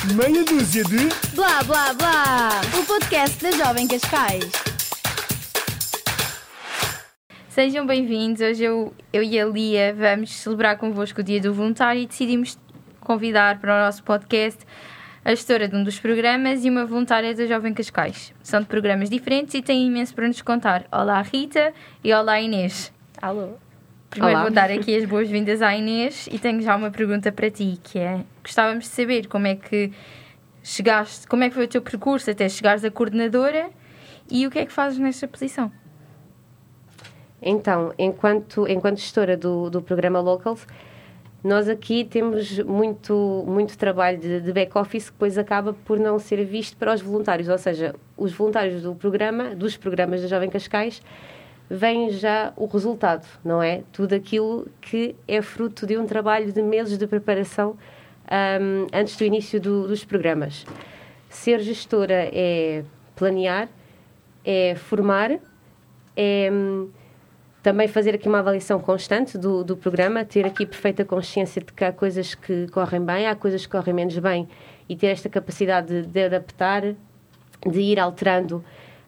Meia dúzia de... Blá Blá Blá, o podcast da Jovem Cascais. Sejam bem-vindos. Hoje eu e a Lia vamos celebrar convosco o Dia do Voluntário e decidimos convidar para o nosso podcast a gestora de um dos programas e uma voluntária da Jovem Cascais. São de programas diferentes e têm imenso para nos contar. Olá, Rita, e olá, Inês. Alô. Primeiro Olá. vou dar aqui as boas-vindas à Inês e tenho já uma pergunta para ti, que é, gostávamos de saber como é que chegaste, como é que foi o teu percurso até chegares a coordenadora e o que é que fazes nesta posição? Então, enquanto gestora do programa Locals, nós aqui temos muito trabalho de back-office que depois acaba por não ser visto para os voluntários, ou seja, os voluntários dos programas da Jovem Cascais, vem já o resultado, não é? Tudo aquilo que é fruto de um trabalho de meses de preparação antes do início dos programas. Ser gestora é planear, é formar, é também fazer aqui uma avaliação constante do programa, ter aqui perfeita consciência de que há coisas que correm bem, há coisas que correm menos bem e ter esta capacidade de adaptar, de ir alterando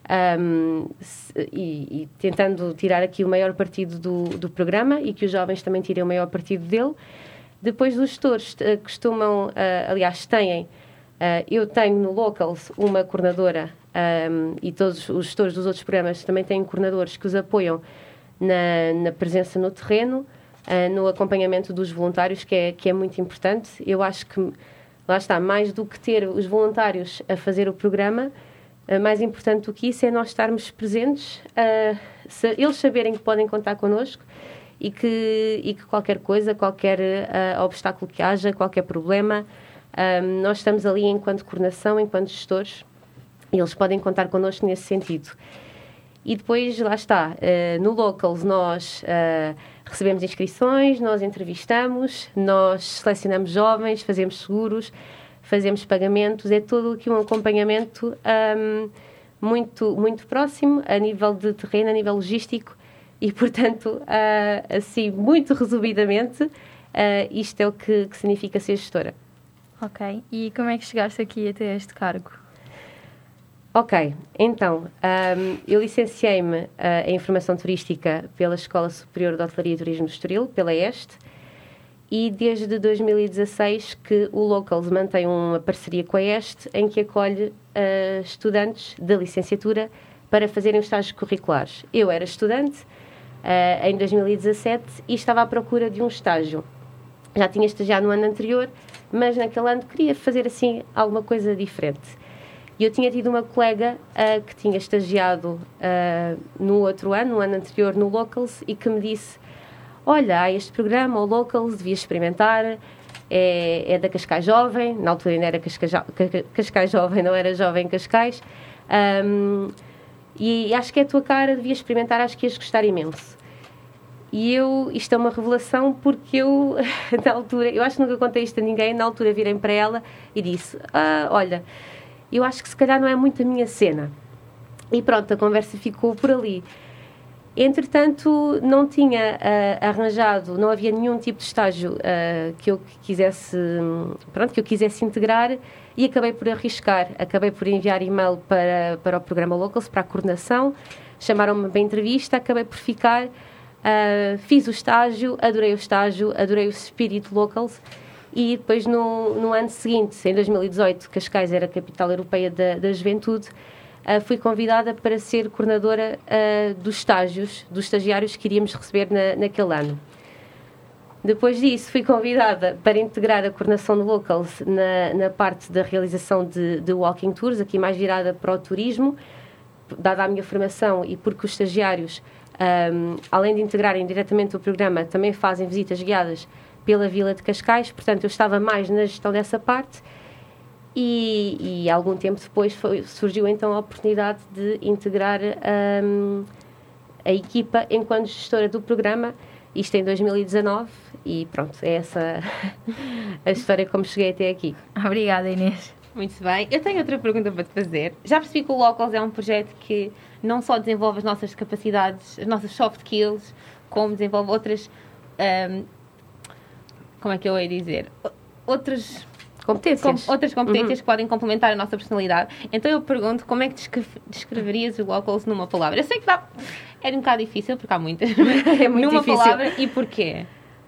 e tentando tirar aqui o maior partido do programa e que os jovens também tirem o maior partido dele. Depois os gestores costumam, aliás, eu tenho no Locals uma coordenadora e todos os gestores dos outros programas também têm coordenadores que os apoiam na presença no terreno, no acompanhamento dos voluntários, que é muito importante. Eu acho que, lá está, mais do que ter os voluntários a fazer o programa, mais importante do que isso é nós estarmos presentes, eles saberem que podem contar connosco e que qualquer coisa, qualquer obstáculo que haja, qualquer problema, nós estamos ali enquanto coordenação, enquanto gestores, e eles podem contar connosco nesse sentido. E depois, lá está, no Locals nós recebemos inscrições, nós entrevistamos, nós selecionamos jovens, fazemos seguros, fazemos pagamentos, é todo aqui um acompanhamento muito próximo a nível de terreno, a nível logístico e, portanto, assim, muito resumidamente, isto é o que significa ser gestora. Ok, e como é que chegaste aqui até este cargo? Ok, então, eu licenciei-me em Informação Turística pela Escola Superior de Hotelaria e Turismo do Estoril, pela ESTE, e desde 2016 que o Locals mantém uma parceria com a ESTE em que acolhe estudantes da licenciatura para fazerem os estágios curriculares. Eu era estudante em 2017 e estava à procura de um estágio. Já tinha estagiado no ano anterior, mas naquele ano queria fazer assim alguma coisa diferente. E eu tinha tido uma colega que tinha estagiado no outro ano, no ano anterior, no Locals, e que me disse: olha, há este programa, o Locals, devias experimentar, é da Cascais Jovem, na altura ainda era Cascais Jovem, não era Jovem Cascais, e acho que é a tua cara, devias experimentar, acho que ias gostar imenso. E isto é uma revelação porque eu, na altura, eu acho que nunca contei isto a ninguém, na altura virei para ela e disse: olha, eu acho que se calhar não é muito a minha cena. E pronto, a conversa ficou por ali. Entretanto, não tinha arranjado, não havia nenhum tipo de estágio que eu quisesse integrar e acabei por arriscar. Acabei por enviar e-mail para o programa Locals, para a coordenação, chamaram-me para a entrevista, acabei por ficar, fiz o estágio, adorei o espírito Locals e depois no ano seguinte, em 2018, Cascais era a capital europeia da juventude, fui convidada para ser coordenadora dos estagiários que iríamos receber naquele ano. Depois disso, fui convidada para integrar a coordenação do Locals na parte da realização de walking tours, aqui mais virada para o turismo, dada a minha formação e porque os estagiários, além de integrarem diretamente o programa, também fazem visitas guiadas pela Vila de Cascais, portanto eu estava mais na gestão dessa parte. E algum tempo depois surgiu então a oportunidade de integrar a equipa enquanto gestora do programa, isto em 2019, e pronto, é essa a história como cheguei até aqui. Obrigada, Inês. Muito bem. Eu tenho outra pergunta para te fazer. Já percebi que o Locals é um projeto que não só desenvolve as nossas capacidades, as nossas soft skills, como desenvolve outras... como é que eu ia dizer? Outras competências. Outras competências que podem complementar a nossa personalidade. Então eu pergunto, como é que descreverias o Locals numa palavra? Eu sei que é um bocado difícil, porque há muitas. É muito numa difícil. palavra, e porquê?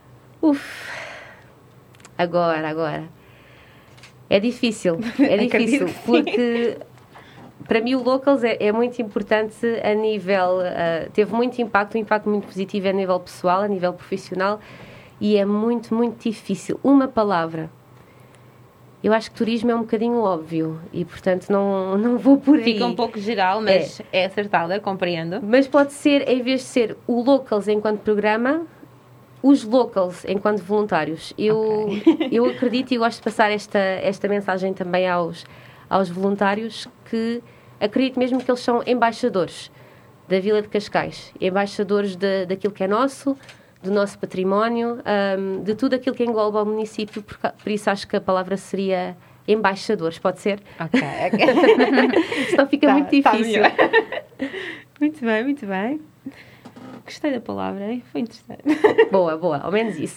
Agora. É difícil, Acredito que sim. porque para mim o Locals é muito importante a nível, teve muito impacto, um impacto muito positivo a nível pessoal, a nível profissional, e é muito, muito difícil. Uma palavra. Eu acho que turismo é um bocadinho óbvio e, portanto, não vou por aí. Fica um pouco geral, mas é acertada, compreendo. Mas pode ser, em vez de ser o Locals enquanto programa, os Locals enquanto voluntários. Eu acredito e gosto de passar esta mensagem também aos voluntários, que acredito mesmo que eles são embaixadores da Vila de Cascais, embaixadores daquilo que é nosso, do nosso património, de tudo aquilo que engloba o município, por isso acho que a palavra seria embaixadores, pode ser? Ok. Senão fica muito difícil. Muito bem. Gostei da palavra, hein? Foi interessante. Boa, ao menos isso.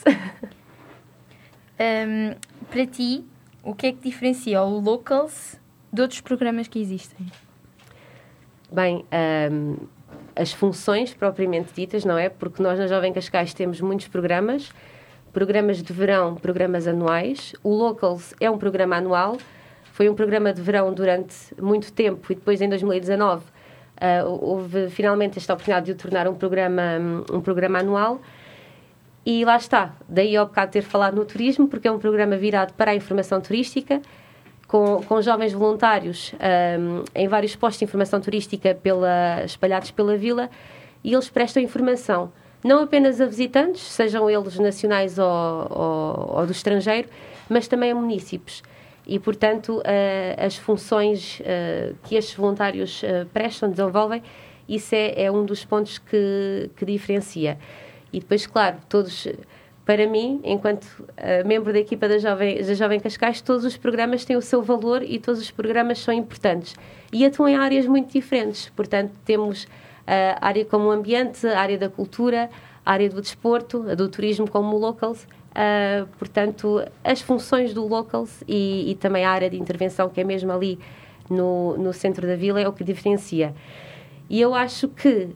Para ti, o que é que diferencia o Locals de outros programas que existem? Bem, as funções propriamente ditas, não é? Porque nós na Jovem Cascais temos muitos programas de verão, programas anuais. O Locals é um programa anual, foi um programa de verão durante muito tempo e depois em 2019 houve finalmente esta oportunidade de o tornar um programa anual. E lá está, daí ao bocado ter falado no turismo, porque é um programa virado para a informação turística, com jovens voluntários em vários postos de informação turística espalhados pela vila, e eles prestam informação não apenas a visitantes, sejam eles nacionais ou do estrangeiro, mas também a munícipes. E, portanto, as funções que estes voluntários prestam, desenvolvem, isso é um dos pontos que diferencia. E depois, claro, para mim, enquanto membro da equipa da Jovem Cascais, todos os programas têm o seu valor e todos os programas são importantes. E atuam em áreas muito diferentes. Portanto, temos a área como o ambiente, a área da cultura, a área do desporto, a do turismo como o Locals. Portanto, as funções do Locals e também a área de intervenção, que é mesmo ali no centro da vila, é o que diferencia. E eu acho que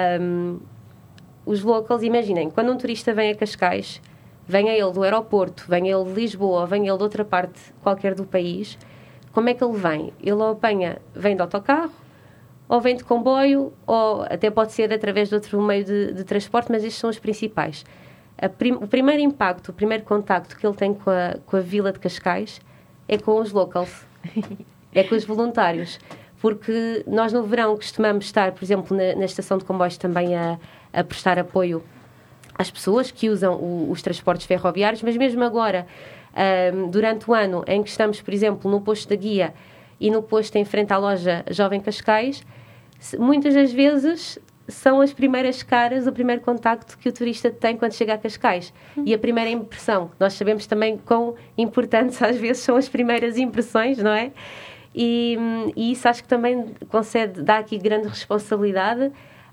os Locals, imaginem, quando um turista vem a Cascais, venha ele do aeroporto, venha ele de Lisboa, venha ele de outra parte qualquer do país, como é que ele vem? Ele vem de autocarro, ou vem de comboio, ou até pode ser através de outro meio de transporte, mas estes são os principais. O primeiro impacto, o primeiro contacto que ele tem com a Vila de Cascais é com os Locals, é com os voluntários, porque nós no verão costumamos estar, por exemplo, na estação de comboios também a prestar apoio às pessoas que usam os transportes ferroviários, mas mesmo agora, durante o ano em que estamos, por exemplo, no posto da Guia e no posto em frente à loja Jovem Cascais, muitas das vezes são as primeiras caras, o primeiro contacto que o turista tem quando chega a Cascais. E a primeira impressão. Nós sabemos também quão importantes às vezes são as primeiras impressões, não é? E isso acho que também dá aqui grande responsabilidade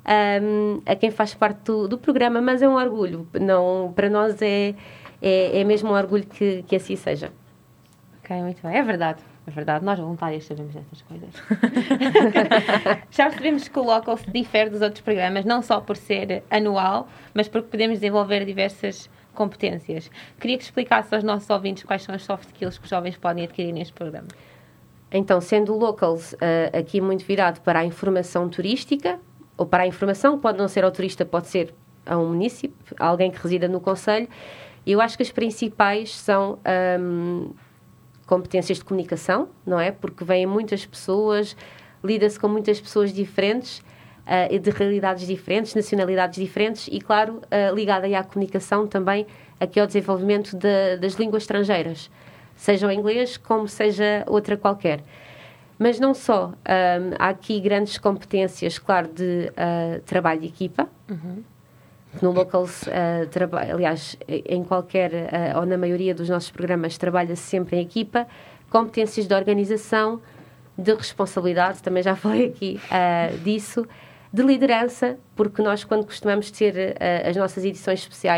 a quem faz parte do programa, mas é um orgulho. Para nós é mesmo um orgulho que assim seja. Ok, muito bem. É verdade, nós voluntários sabemos dessas coisas. Já percebemos que o Local se difere dos outros programas, não só por ser anual, mas porque podemos desenvolver diversas competências. Queria que explicasse aos nossos ouvintes quais são as soft skills que os jovens podem adquirir neste programa. Então, sendo o Locals aqui muito virado para a informação turística, ou para a informação, pode não ser ao turista, pode ser a um município, a alguém que resida no concelho, eu acho que as principais são competências de comunicação, não é? Porque vêm muitas pessoas, lida-se com muitas pessoas diferentes, de realidades diferentes, nacionalidades diferentes e, claro, ligada aí à comunicação também, aqui ao desenvolvimento das línguas estrangeiras, seja o inglês como seja outra qualquer. Mas não só, há aqui grandes competências, claro, de trabalho de equipa. Uhum. No Locals, aliás, em qualquer, ou na maioria dos nossos programas, trabalha-se sempre em equipa. Competências de organização, de responsabilidade, também já falei aqui disso, de liderança, porque nós, quando costumamos ter as nossas edições especiais,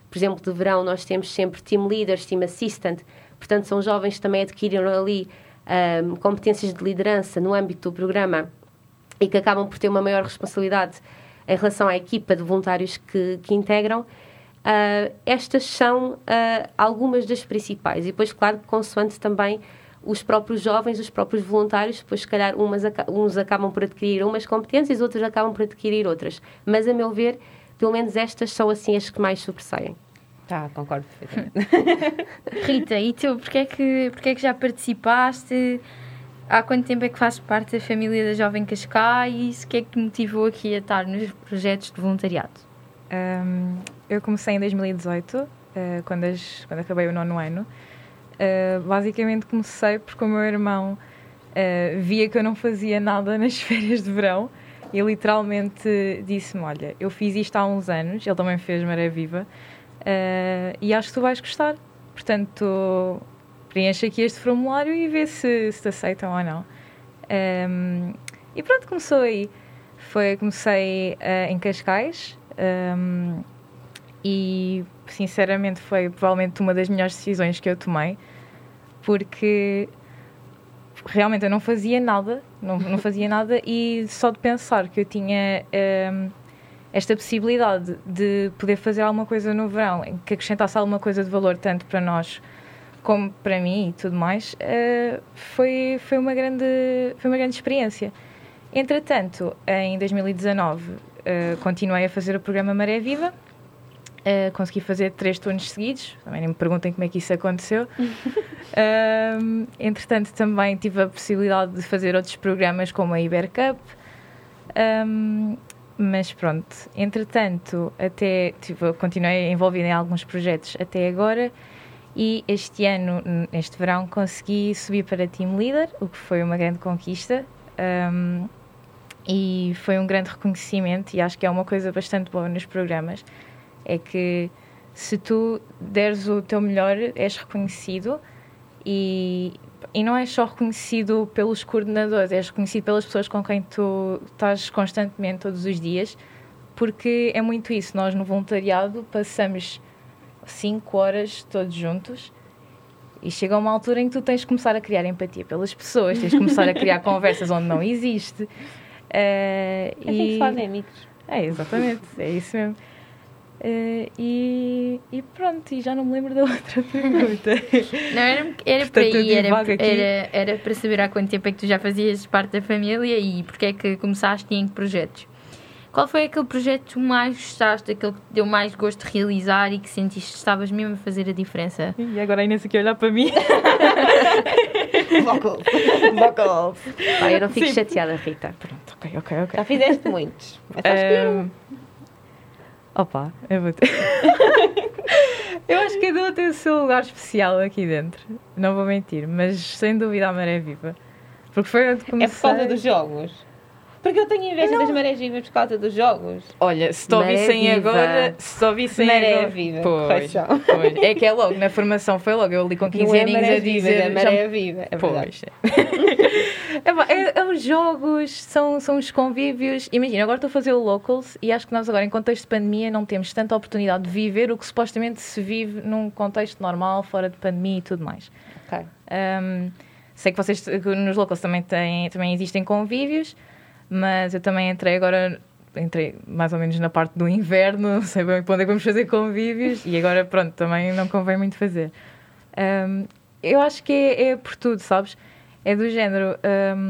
Por exemplo, de verão nós temos sempre team leaders, team assistant, portanto são jovens que também adquiriram ali competências de liderança no âmbito do programa e que acabam por ter uma maior responsabilidade em relação à equipa de voluntários que integram. Estas são algumas das principais. E depois, claro, consoante também os próprios jovens, os próprios voluntários, depois, se calhar, uns acabam por adquirir umas competências, outros acabam por adquirir outras. Mas, a meu ver, pelo menos estas são, assim, as que mais sobressaem. Concordo perfeitamente. Rita, e tu, porquê é que já participaste? Há quanto tempo é que fazes parte da família da Jovem Cascais? O que é que te motivou aqui a estar nos projetos de voluntariado? Eu comecei em 2018, quando acabei o 9º ano. Basicamente comecei porque o meu irmão via que eu não fazia nada nas férias de verão e literalmente disse-me, olha, eu fiz isto há uns anos, ele também fez Maré Viva, e acho que tu vais gostar. Portanto, preenche aqui este formulário e vê se te aceitam ou não. E pronto, começou aí. Comecei em Cascais, e sinceramente foi provavelmente uma das melhores decisões que eu tomei, porque realmente eu não fazia nada, não fazia nada, e só de pensar que eu tinha esta possibilidade de poder fazer alguma coisa no verão, que acrescentasse alguma coisa de valor tanto para nós como para mim e tudo mais, foi uma grande experiência. Entretanto, em 2019, continuei a fazer o programa Maré Viva. Consegui fazer 3 turnos seguidos, também nem me perguntem como é que isso aconteceu. Entretanto, também tive a possibilidade de fazer outros programas como a Ibercup, mas pronto, entretanto, continuei envolvida em alguns projetos até agora, e este ano, este verão, consegui subir para Team Leader, o que foi uma grande conquista, e foi um grande reconhecimento, e acho que é uma coisa bastante boa nos programas, é que se tu deres o teu melhor, és reconhecido, e não és só reconhecido pelos coordenadores, és reconhecido pelas pessoas com quem tu estás constantemente todos os dias, porque é muito isso. Nós no voluntariado passamos 5 horas todos juntos e chega uma altura em que tu tens de começar a criar empatia pelas pessoas, tens de começar a criar conversas onde não existe. Assim se fazem amigos. Exatamente, é isso mesmo. E pronto, e já não me lembro da outra pergunta. Não, era por aí, era para saber há quanto tempo é que tu já fazias parte da família e porque é que começaste e em que projetos. Qual foi aquele projeto que tu mais gostaste, aquele que te deu mais gosto de realizar e que sentiste que estavas mesmo a fazer a diferença? E agora a Inês aqui a olhar para mim. Vocals. Eu não fico chateada, Rita. Pronto, ok. Já fizeste muitos. Mas acho que Opa, eu acho que cada um tem o seu lugar especial aqui dentro. Não vou mentir, mas sem dúvida a Maré Viva. Porque foi onde comecei... É por causa dos jogos. Porque eu tenho inveja das Marés Vivas por causa dos jogos. Olha, se te ouvissem agora... Maré Viva. Pois. É que é logo, na formação foi logo. Eu ali com 15 aninhos a dizer... É Maré Viva, é verdade. É os jogos, são os convívios. Imagina, agora estou a fazer o Locals e acho que nós agora, em contexto de pandemia, não temos tanta oportunidade de viver o que supostamente se vive num contexto normal, fora de pandemia e tudo mais. Ok. Sei que vocês nos Locals também existem convívios, mas eu também entrei mais ou menos na parte do inverno, não sei bem quando é que vamos fazer convívios, e agora, pronto, também não convém muito fazer. Eu acho que é por tudo, sabes? É do género,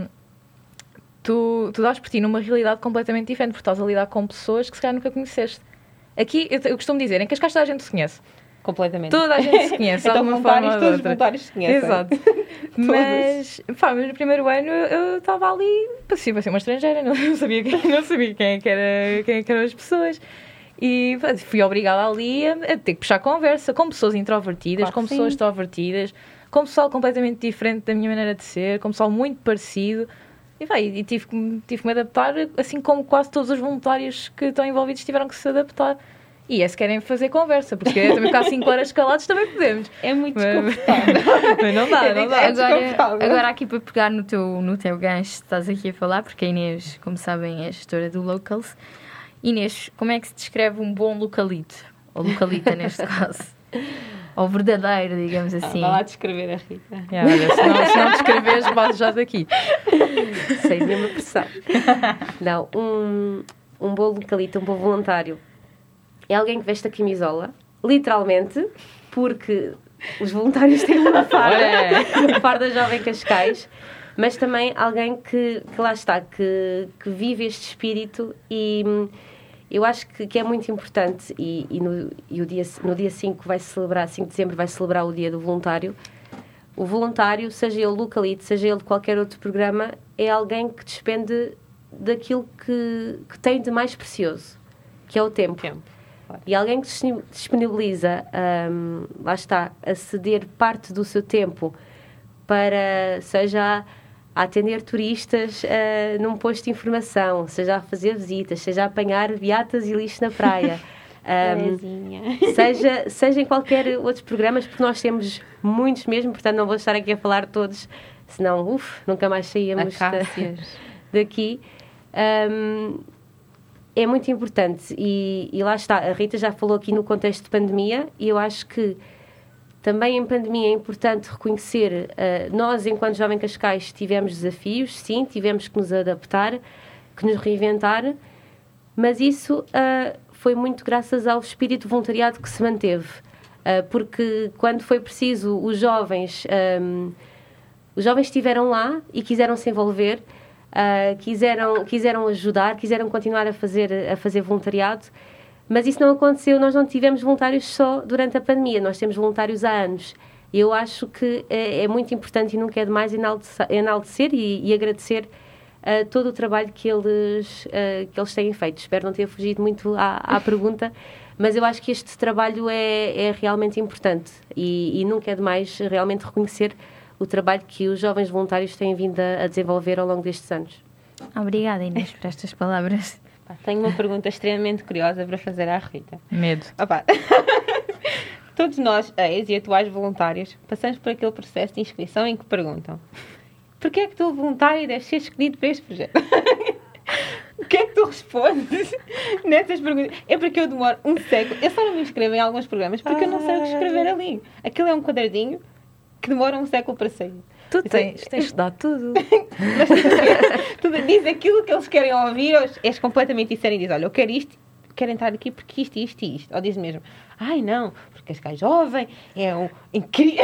tu dás por ti numa realidade completamente diferente, porque estás a lidar com pessoas que se calhar nunca conheceste. Aqui, eu costumo dizer, em Cascais toda a gente se conhece. Completamente. Toda a gente se conhece, de então, alguma forma ou de todos os outra. voluntários se conhecem. Exato. mas no primeiro ano eu estava ali, parecia ser uma estrangeira, não sabia quem eram as pessoas. E fui obrigada ali a ter que puxar conversa com pessoas introvertidas, com pessoas extrovertidas, com pessoal completamente diferente da minha maneira de ser, com pessoal muito parecido. E tive que me adaptar, assim como quase todos os voluntários que estão envolvidos tiveram que se adaptar. E se querem fazer conversa, porque também ficar 5 horas calados também podemos. É muito desconfortável. Mas não dá. Agora aqui para pegar no teu gancho, estás aqui a falar, porque a Inês, como sabem, é gestora do Locals. Inês, como é que se descreve um bom localito? ou localita neste caso. Ou verdadeiro, digamos assim. Vá lá descrever a Rita. Olha, se não descreveres, vale já daqui. Sem nenhuma pressão. Não, um bom localita, um bom voluntário é alguém que veste a camisola, literalmente, porque os voluntários têm uma farda Jovem Cascais, mas também alguém que lá está, que vive este espírito, e eu acho que é muito importante, e no dia 5 de dezembro vai celebrar o Dia do Voluntário. O voluntário, seja ele localito, seja ele qualquer outro programa, é alguém que despende daquilo que tem de mais precioso, que é o tempo. Claro. E alguém que disponibiliza, lá está, a ceder parte do seu tempo para, seja a atender turistas num posto de informação, seja a fazer visitas, seja a apanhar beatas e lixo na praia. Seja em qualquer outros programas, porque nós temos muitos mesmo, portanto não vou estar aqui a falar de todos, senão, nunca mais saíamos daqui. É muito importante e lá está, a Rita já falou aqui no contexto de pandemia, e eu acho que também em pandemia é importante reconhecer, nós enquanto Jovem Cascais tivemos desafios, sim, tivemos que nos adaptar, que nos reinventar, mas isso foi muito graças ao espírito de voluntariado que se manteve, porque quando foi preciso os jovens estiveram lá e quiseram se envolver, quiseram ajudar, quiseram continuar a fazer voluntariado, mas isso não aconteceu. Nós não tivemos voluntários só durante a pandemia, nós temos voluntários há anos. Eu acho que é muito importante e nunca é demais enaltecer e agradecer todo o trabalho que eles têm feito. Espero não ter fugido muito à pergunta, mas eu acho que este trabalho é realmente importante e nunca é demais realmente reconhecer o trabalho que os jovens voluntários têm vindo a desenvolver ao longo destes anos. Obrigada, Inês, por estas palavras. Tenho uma pergunta extremamente curiosa para fazer à Rita. Medo. Todos nós, ex e atuais voluntários, passamos por aquele processo de inscrição em que perguntam: porquê é que tu, voluntário, deves ser escolhido para este projeto? O que é que tu respondes nessas perguntas? É porque eu demoro um século. Eu só não me inscrevo em alguns programas porque eu não sei o que escrever ali. Aquilo é um quadradinho que demora um século para sair. Tu tens de dar tudo. Mas tu diz aquilo que eles querem ouvir, ou és completamente sincero e diz: olha, eu quero isto, quero entrar aqui porque isto, isto e isto. Ou diz mesmo: ai não, porque Cascais Jovem é um incrível.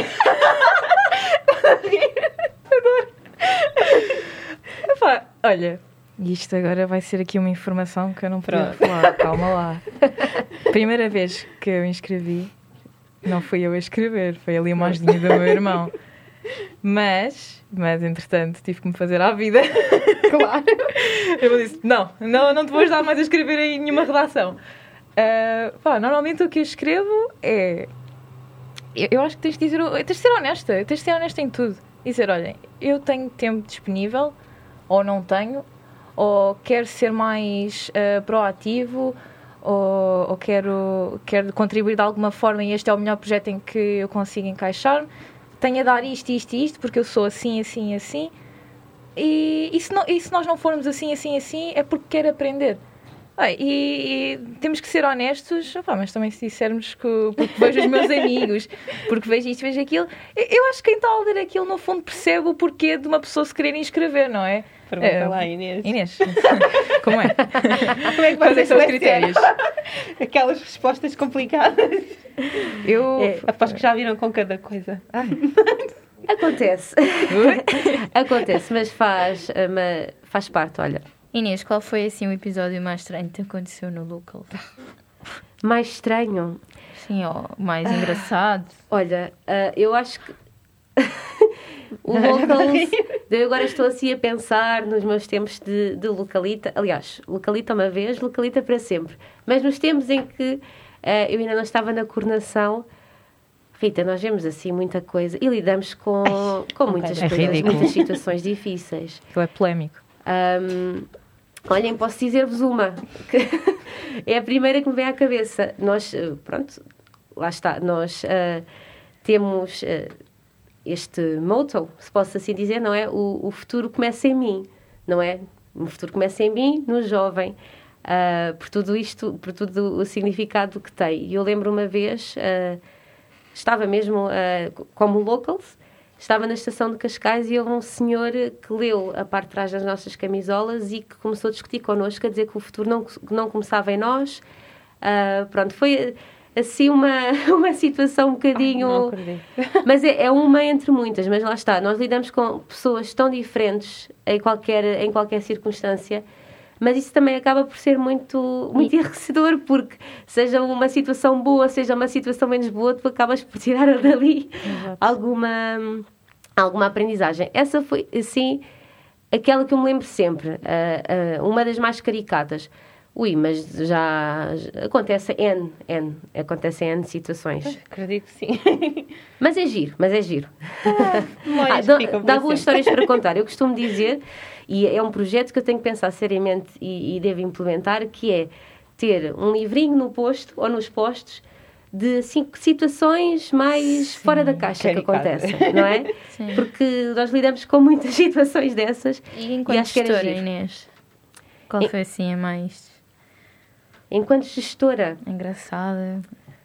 Olha, isto agora vai ser aqui uma informação que eu não podia falar. Calma lá. Primeira vez que eu inscrevi, não fui eu a escrever, foi ali uma ajudinha do meu irmão. Mas entretanto, tive que me fazer à vida. Claro. Eu disse: não te vou ajudar mais a escrever em nenhuma redação. Normalmente o que eu escrevo é... Eu acho que tens de ser honesta. Tens de ser honesta em tudo. Dizer: olhem, eu tenho tempo disponível, ou não tenho, ou quero ser mais proativo, ou quero contribuir de alguma forma e este é o melhor projeto em que eu consigo encaixar-me. Tenho a dar isto, porque eu sou assim. E se nós não formos assim, é porque quero aprender. E temos que ser honestos, mas também se dissermos porque vejo os meus amigos, porque vejo isto, vejo aquilo, eu acho que quem está a ler aquilo no fundo percebe o porquê de uma pessoa se querer inscrever, não é? Pergunta lá, Inês. Inês, como é? Como é que Quais são os critérios? Aquelas respostas complicadas. Aposto que já viram com cada coisa. Acontece. Acontece, mas faz parte, olha. Inês, qual foi assim o episódio mais estranho que te aconteceu no Local? Mais estranho? Sim, ou mais engraçado? Olha, eu acho que o Locals, eu agora estou assim a pensar nos meus tempos de localita. Aliás, localita uma vez, localita para sempre. Mas nos tempos em que eu ainda não estava na coordenação, Rita, nós vemos assim muita coisa e lidamos com muitas coisas, muitas situações difíceis. Aquilo é polémico. Olhem, posso dizer-vos uma que é a primeira que me vem à cabeça. Nós, lá está, nós temos este motto, se posso assim dizer, não é? O futuro começa em mim, não é? O futuro começa em mim, no jovem. por tudo isto, por todo o significado que tem. E eu lembro uma vez, estava mesmo como locals, estava na estação de Cascais e houve um senhor que leu a parte de trás das nossas camisolas e que começou a discutir connosco, a dizer que o futuro não começava em nós. Pronto, foi assim uma situação um bocadinho... Não acredito. Mas é uma entre muitas, mas lá está, nós lidamos com pessoas tão diferentes em qualquer circunstância, mas isso também acaba por ser muito enriquecedor, porque seja uma situação boa, seja uma situação menos boa, tu acabas por tirar dali alguma aprendizagem. Essa foi, assim, aquela que eu me lembro sempre, uma das mais caricatas. Mas já acontece acontecem N situações. Acredito que sim. Mas é giro. Ficam Dá para boas sempre. histórias para contar. Eu costumo dizer, e é um projeto que eu tenho que pensar seriamente e devo implementar, que é ter um livrinho no posto ou nos postos de 5 situações mais fora da caixa que Caricata. acontecem, não é? Sim. Porque nós lidamos com muitas situações dessas. E enquanto acho que era gestora, giro. Inês, qual foi assim a mais Enquanto gestora, engraçada?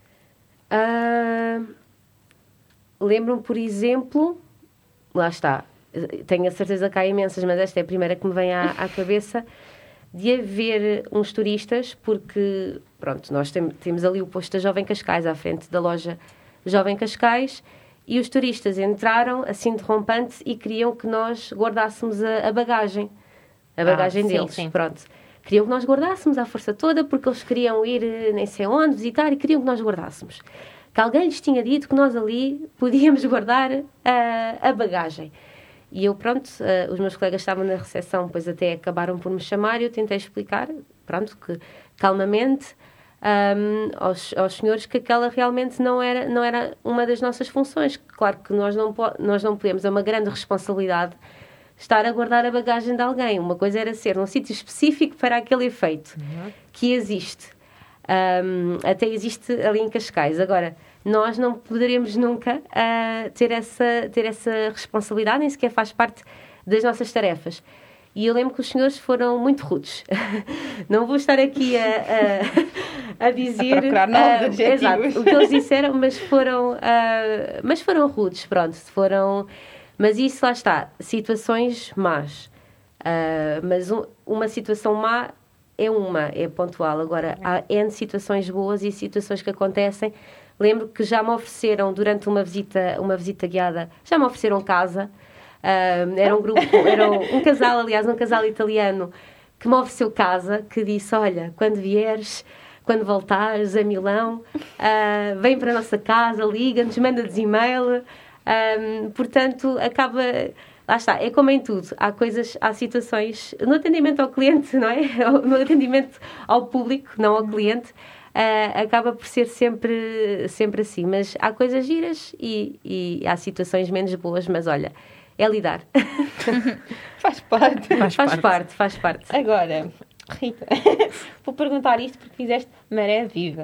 lembro-me, por exemplo, lá está, tenho a certeza que há imensas, mas esta é a primeira que me vem à cabeça, de haver uns turistas, porque, pronto, nós temos ali o posto da Jovem Cascais, à frente da loja Jovem Cascais, e os turistas entraram, assim de rompante, e queriam que nós guardássemos a bagagem sim, deles, sim. pronto. Queriam que nós guardássemos à força toda, porque eles queriam ir nem sei onde, visitar, e queriam que nós guardássemos. Que alguém lhes tinha dito que nós ali podíamos guardar a bagagem. E eu, pronto, os meus colegas estavam na recepção, depois até acabaram por me chamar e eu tentei explicar, pronto, que calmamente aos senhores que aquela realmente não era uma das nossas funções. Claro que nós não podemos, é uma grande responsabilidade estar a guardar a bagagem de alguém. Uma coisa era ser num sítio específico para aquele efeito, que existe. Até existe ali em Cascais. Agora, nós não poderemos nunca ter essa responsabilidade, nem sequer faz parte das nossas tarefas. E eu lembro que os senhores foram muito rudes. Não vou estar aqui a dizer... A procurar novos adjetivos. Exato, o que eles disseram, mas foram rudes, pronto. Mas isso, lá está, situações más. Mas uma situação má é pontual. Agora, há N situações boas e situações que acontecem. Lembro que já me ofereceram, durante uma visita guiada, já me ofereceram casa. Era um casal, aliás, um casal italiano, que me ofereceu casa, que disse, olha, quando voltares a Milão, vem para a nossa casa, liga-nos, manda-nos e-mail. Portanto, lá está, é como em tudo, há situações, no atendimento ao cliente, não é? No atendimento ao público, não ao cliente, acaba por ser sempre assim, mas há coisas giras e há situações menos boas, mas olha, é lidar. Faz parte. Faz parte. Agora, Rita, vou perguntar isto porque fizeste maré viva.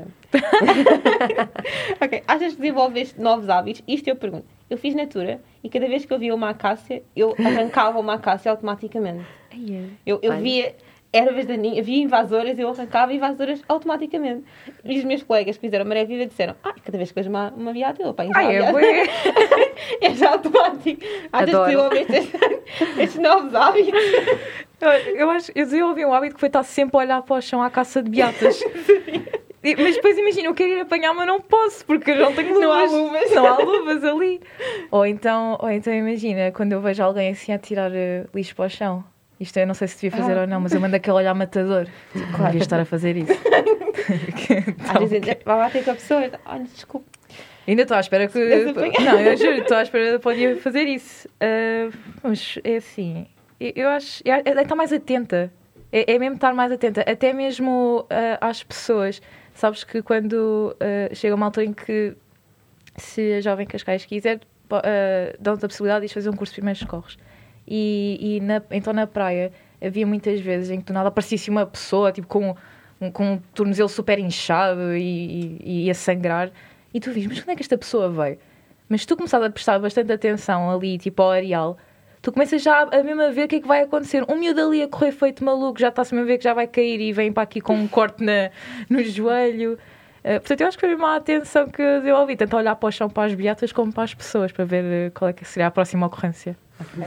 Ok, achas que desenvolveste novos hábitos? Isto eu pergunto. Eu fiz natura e cada vez que eu via uma acácia, eu arrancava uma acácia automaticamente. Eu via ervas daninhas, via invasoras, eu arrancava invasoras automaticamente. E os meus colegas que fizeram maré viva disseram, cada vez que vejo uma viada, eu apanho é já automático. Achas que desenvolveste estes novos hábitos? Eu desenvolvi um hábito que foi estar sempre a olhar para o chão à caça de beatas. Mas depois imagina, eu quero ir apanhar, mas não posso, porque eu não tenho luvas. Não há luvas ali. Ou então imagina, quando eu vejo alguém assim a tirar lixo para o chão. Isto eu não sei se devia fazer ou não, mas eu mando aquele olhar matador. Não devia estar a fazer isso. Às vezes vai bater com a pessoa e olha, desculpa. Ainda estou à espera que... Não, eu juro, estou à espera de poder fazer isso. Mas é assim, eu acho... É estar mais atenta. É mesmo estar mais atenta. Até mesmo às pessoas. Sabes que quando chega uma altura em que, se a Jovem Cascais quiser, dão-te a possibilidade de fazer um curso de primeiros socorros. Então na praia havia muitas vezes em que do nada aparecia uma pessoa tipo, com um tornozelo super inchado e a sangrar. E tu dizes, mas quando é que esta pessoa veio? Mas se tu começares a prestar bastante atenção ali, tipo ao areal, tu começas já a mesmo a ver o que é que vai acontecer. Um miúdo ali a correr feito maluco, já está-se a ver que já vai cair e vem para aqui com um corte no joelho. Portanto, eu acho que foi uma atenção que eu desenvolvi, tanto a olhar para o chão, para as beatas, como para as pessoas, para ver qual é que seria a próxima ocorrência.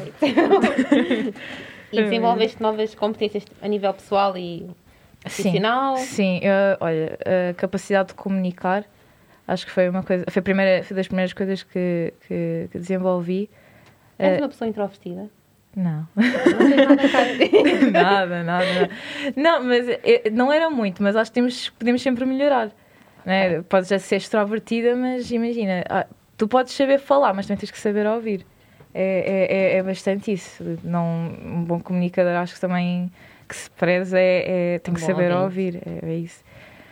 E desenvolveste novas competências a nível pessoal e profissional? Sim, olha, a capacidade de comunicar, acho que foi uma coisa, foi das primeiras coisas que desenvolvi. És uma pessoa introvertida? Não. Não nada. Não, mas não era muito, mas acho que podemos sempre melhorar. Não é? Podes já ser extrovertida, mas imagina, tu podes saber falar, mas também tens que saber ouvir. É bastante isso. Um bom comunicador, acho que também que se preza tem que saber ouvir. É isso.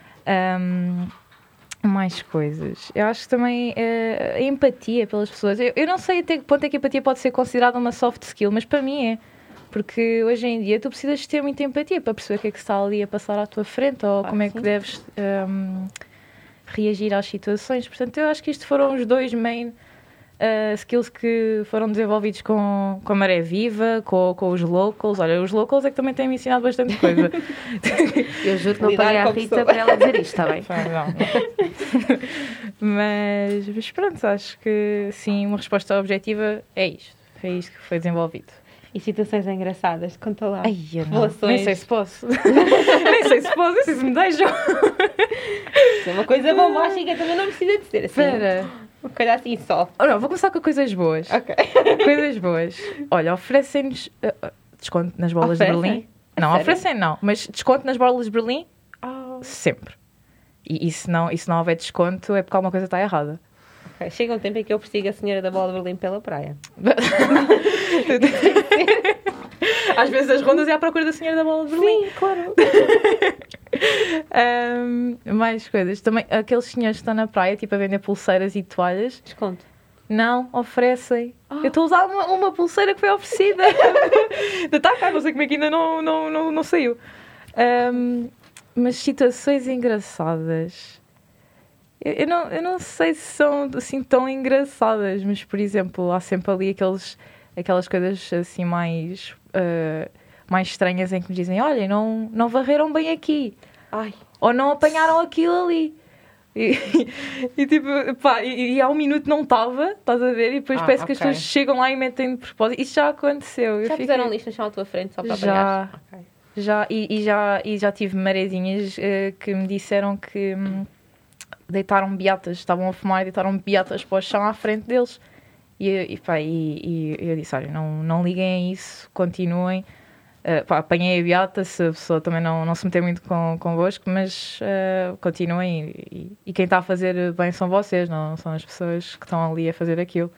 Mais coisas. Eu acho que também a empatia pelas pessoas. Eu não sei até que ponto é que a empatia pode ser considerada uma soft skill, mas para mim é. Porque hoje em dia tu precisas ter muita empatia para perceber o que é que está ali a passar à tua frente ou como é que deves reagir às situações. Portanto, eu acho que isto foram os dois main skills que foram desenvolvidos com a Maré Viva, com os locals. Olha, os locals é que também têm me ensinado bastante coisa. Eu juro que não paguei à Rita para ela dizer isto, está bem? Não. Mas pronto, acho que sim, uma resposta objetiva é isto. Foi isto que foi desenvolvido. E situações engraçadas, conta lá. Ai, Relações. Nem sei se posso. Nem sei se me deixam. Se é uma coisa bombástica também não precisa de ser assim. Espera. Uma coisa assim só. Não, vou começar com coisas boas. Ok. Coisas boas. Olha, oferecem-nos desconto nas bolas de Berlim. Não, sério? oferecem não, mas desconto nas bolas de Berlim sempre. E se não houver desconto é porque alguma coisa está errada. Okay. Chega um tempo em que eu persigo a senhora da bola de Berlim pela praia. Às vezes as rondas é à procura da senhora da bola de Berlim. Sim, claro. Mais coisas. Também aqueles senhores que estão na praia, tipo a vender pulseiras e toalhas. Desconto. Não, oferecem. Eu estou a usar uma pulseira que foi oferecida. Está cá, não sei como é que ainda não saiu. Mas situações engraçadas. Eu não sei se são assim tão engraçadas, mas por exemplo, há sempre ali aquelas coisas assim mais estranhas em que me dizem: olha, não varreram bem aqui. Ai. Ou não apanharam aquilo ali. E tipo, pá, e há um minuto não estava, estás a ver? E depois parece que as pessoas chegam lá e metem de propósito. Isso já aconteceu. Já fizeram lixo no chão à tua frente só para apanhar? Já tive marezinhas que me disseram que deitaram beatas, estavam a fumar e deitaram beatas para o chão à frente deles. E eu disse: olha, não liguem a isso, continuem. Apanhei a beata, se a pessoa também não se meter muito convosco, mas continuem. E quem está a fazer bem são vocês, não são as pessoas que estão ali a fazer aquilo.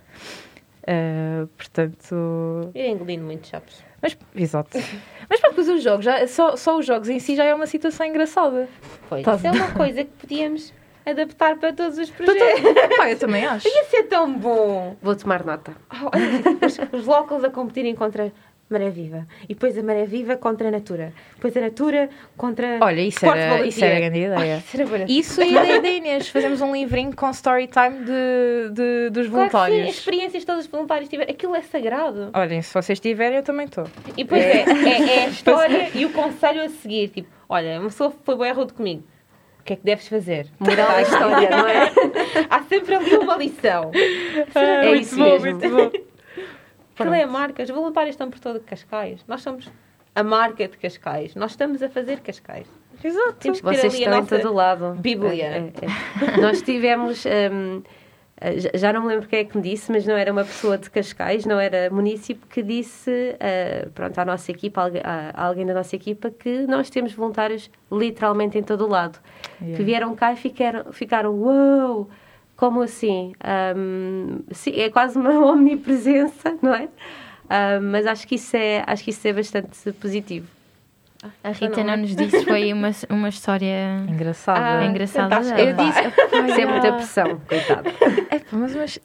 Portanto... Eu engolindo muito chapos. Exato. Mas pronto, os jogos, só os jogos em si já é uma situação engraçada. Pois, isso é uma coisa que podíamos adaptar para todos os projetos. Eu também acho. Ia ser tão bom. Vou tomar nota. Olha, os locals a competirem contra Maré Viva. E depois a Maré Viva contra a Natura. Depois a Natura contra... Olha, isso era a grande ideia. Isso e a ideia da Inês. Fazemos um livrinho com story time dos voluntários. Claro que sim, as experiências todos os voluntários tiveram. Aquilo é sagrado. Olhem, se vocês tiverem, eu também estou. E depois é a história e o conselho a seguir. Tipo, olha, uma pessoa foi bem rude comigo. O que é que deves fazer? Moral da história, não é? Há sempre ali uma lição. É isso mesmo. Muito bom. Aquilo é a marca. Os voluntários estão por todo Cascais. Nós somos a marca de Cascais. Nós estamos a fazer Cascais. Exato. Temos que ter Vocês ali a estão em nossa todo lado. Bíblia. Nós tivemos... já não me lembro quem é que me disse, mas não era uma pessoa de Cascais, não era munícipe, que disse à nossa equipa, a alguém da nossa equipa, que nós temos voluntários literalmente em todo o lado. Yeah. Que vieram cá e ficaram uau! Como assim? Sim, é quase uma omnipresença, não é? Mas acho que isso é bastante positivo. A Rita não nos disse, foi uma história Engraçada. engraçada dela. Eu disse, isso é muita pressão, coitado. Mas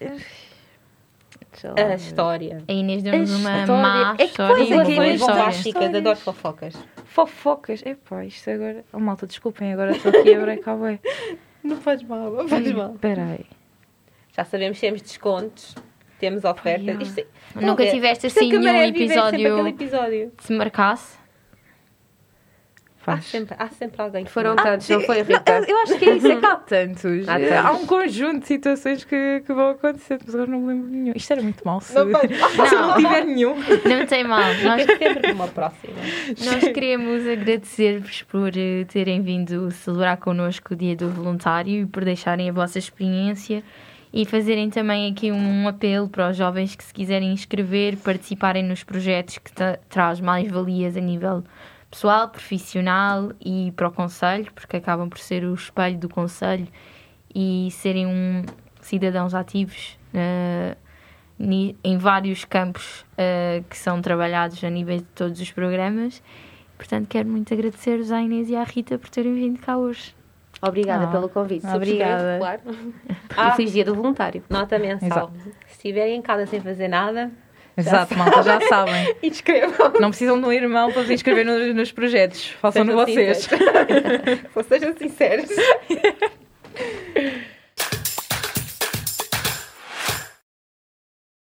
A história. A Inês deu-nos uma história. má É que história e quase uma aqui boa nas história. Bombásticas, adoro fofocas. Fofocas. Epá, isto agora... Oh, malta, desculpem, agora estou aqui a brecar, ué. Não faz mal, não faz mal. Espera aí. Já sabemos que temos descontos. temos ofertas. yeah. Isto, Nunca tiveste assim Esta câmara nenhum é viver sempre episódio aquele episódio. que se marcasse? Há sempre alguém que Foram tantos, não foi, Rita? Eu acho que é isso, é que há tantos. Há tantos. Há um conjunto de situações que vão acontecer, mas agora não me lembro de nenhum. Isto era muito mal se, Não pode- se não tiver nenhum. Não tem mal. Nós, sempre uma próxima. nós queremos agradecer-vos por terem vindo celebrar connosco o Dia do Voluntário e por deixarem a vossa experiência e fazerem também aqui um apelo para os jovens que se quiserem inscrever, participarem nos projetos que traz mais valias a nível pessoal, profissional e para o Conselho, porque acabam por ser o espelho do Conselho e serem cidadãos ativos em vários campos que são trabalhados a nível de todos os programas. Portanto, quero muito agradecer-vos à Inês e à Rita por terem vindo cá hoje. Obrigada pelo convite. Obrigada. Claro. Feliz dia do voluntário. Nota mensal. Se estiverem em casa sem fazer nada, Exato, malta, já sabem. inscrevam. Não precisam de um irmão para se inscrever nos projetos. Façam-no Sejam vocês. sinceros. Sejam sinceros.